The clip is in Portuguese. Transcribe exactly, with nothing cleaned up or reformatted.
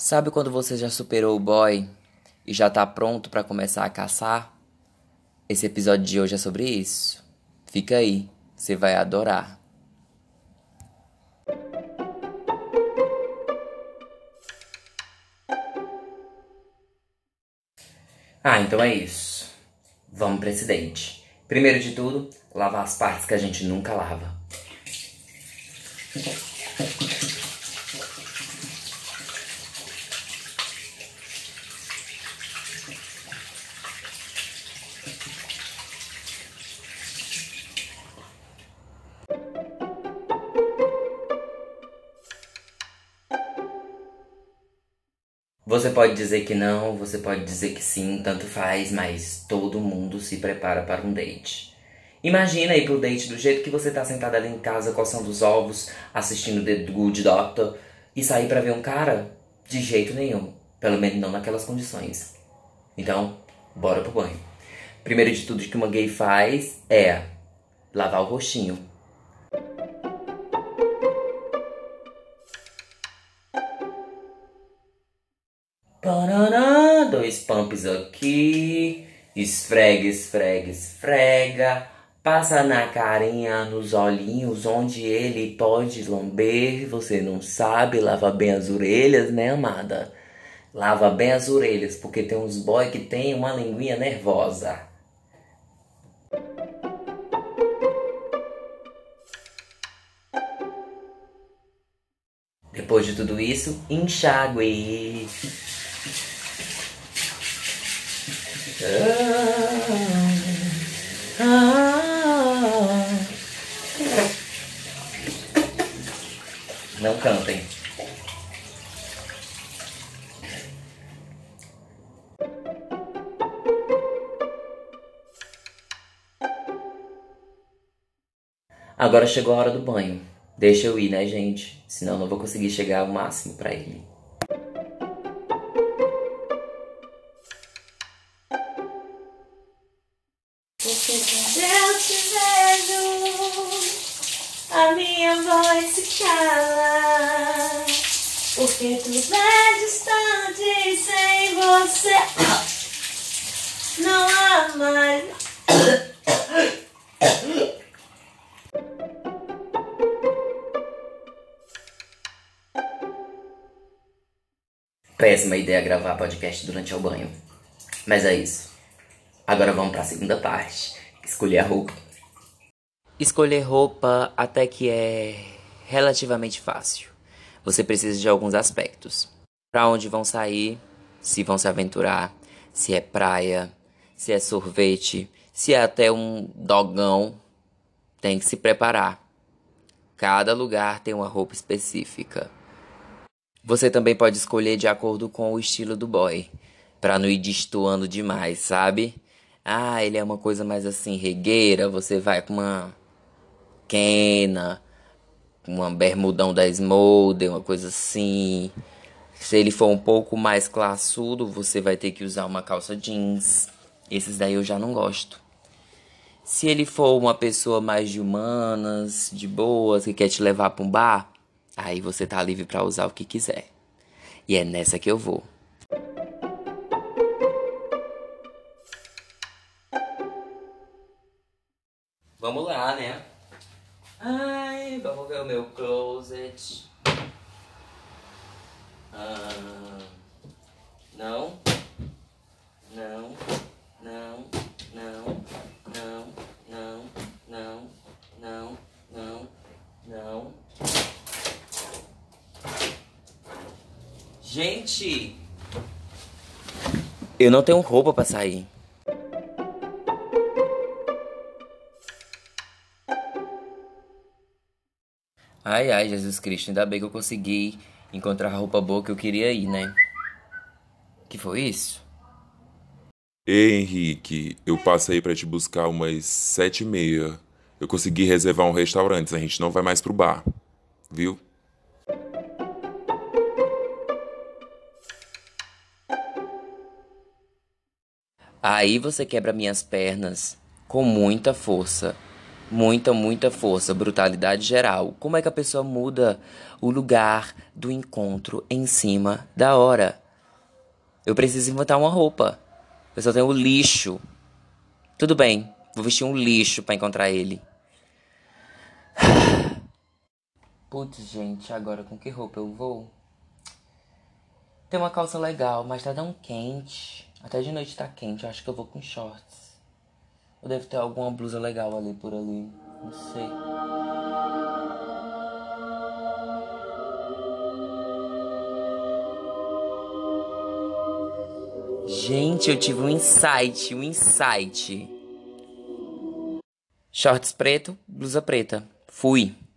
Sabe quando você já superou o boy e já tá pronto pra começar a caçar? Esse episódio de hoje é sobre isso. Fica aí, você vai adorar. Ah, então é isso. Vamos pra esse date. Primeiro de tudo, lavar as partes que a gente nunca lava. Você pode dizer que não, você pode dizer que sim, tanto faz, mas todo mundo se prepara para um date. Imagina ir pro date do jeito que você tá sentado ali em casa, coçando os ovos, assistindo The Good Doctor, e sair pra ver um cara? De jeito nenhum. Pelo menos não naquelas condições. Então, bora pro banho. Primeiro de tudo que uma gay faz é lavar o rostinho. Parará, dois pumps aqui. Esfrega, esfrega, esfrega. Passa na carinha, nos olhinhos, onde ele pode lamber. Você não sabe, lava bem as orelhas, né, amada? Lava bem as orelhas, porque tem uns boy que tem uma linguinha nervosa. Depois de tudo isso, enxague. Ah, ah. Não cantem. Agora chegou a hora do banho. Deixa eu ir, né, gente? Senão eu não vou conseguir chegar ao máximo pra ele. Porque quando eu te vejo, a minha voz se cala. Porque tudo é distante sem você. Não há mais. Péssima ideia gravar podcast durante o banho. Mas é isso. Agora vamos pra segunda parte. Escolher a roupa. Escolher roupa até que é relativamente fácil. Você precisa de alguns aspectos. Pra onde vão sair, se vão se aventurar, se é praia, se é sorvete, se é até um dogão, tem que se preparar. Cada lugar tem uma roupa específica. Você também pode escolher de acordo com o estilo do boy, pra não ir destoando demais, sabe? Ah, ele é uma coisa mais assim, regueira, você vai com uma quena, uma bermudão da Smolder, uma coisa assim. Se ele for um pouco mais classudo, você vai ter que usar uma calça jeans. Esses daí eu já não gosto. Se ele for uma pessoa mais de humanas, de boas, que quer te levar pra um bar, aí você tá livre pra usar o que quiser. E é nessa que eu vou. Vamos lá, né? Ai, vamos ver o meu closet. Ah, não, não, não, não, não, não, não, não, não, não. Gente, eu não tenho roupa pra sair. Ai, ai, Jesus Cristo, ainda bem que eu consegui encontrar a roupa boa que eu queria ir, né? Que foi isso? Ei, Henrique, eu passei pra te buscar umas sete e meia. Eu consegui reservar um restaurante, a gente não vai mais pro bar, viu? Aí você quebra minhas pernas com muita força. Muita, muita força, brutalidade geral. Como é que a pessoa muda o lugar do encontro em cima da hora? Eu preciso inventar uma roupa. Eu só tenho o lixo. Tudo bem, vou vestir um lixo pra encontrar ele. Putz, gente, agora com que roupa eu vou? Tem uma calça legal, mas tá tão quente. Até de noite tá quente, eu acho que eu vou com shorts. Ou deve ter alguma blusa legal ali por ali. Não sei. Gente, eu tive um insight, um insight. Shorts preto, blusa preta. Fui.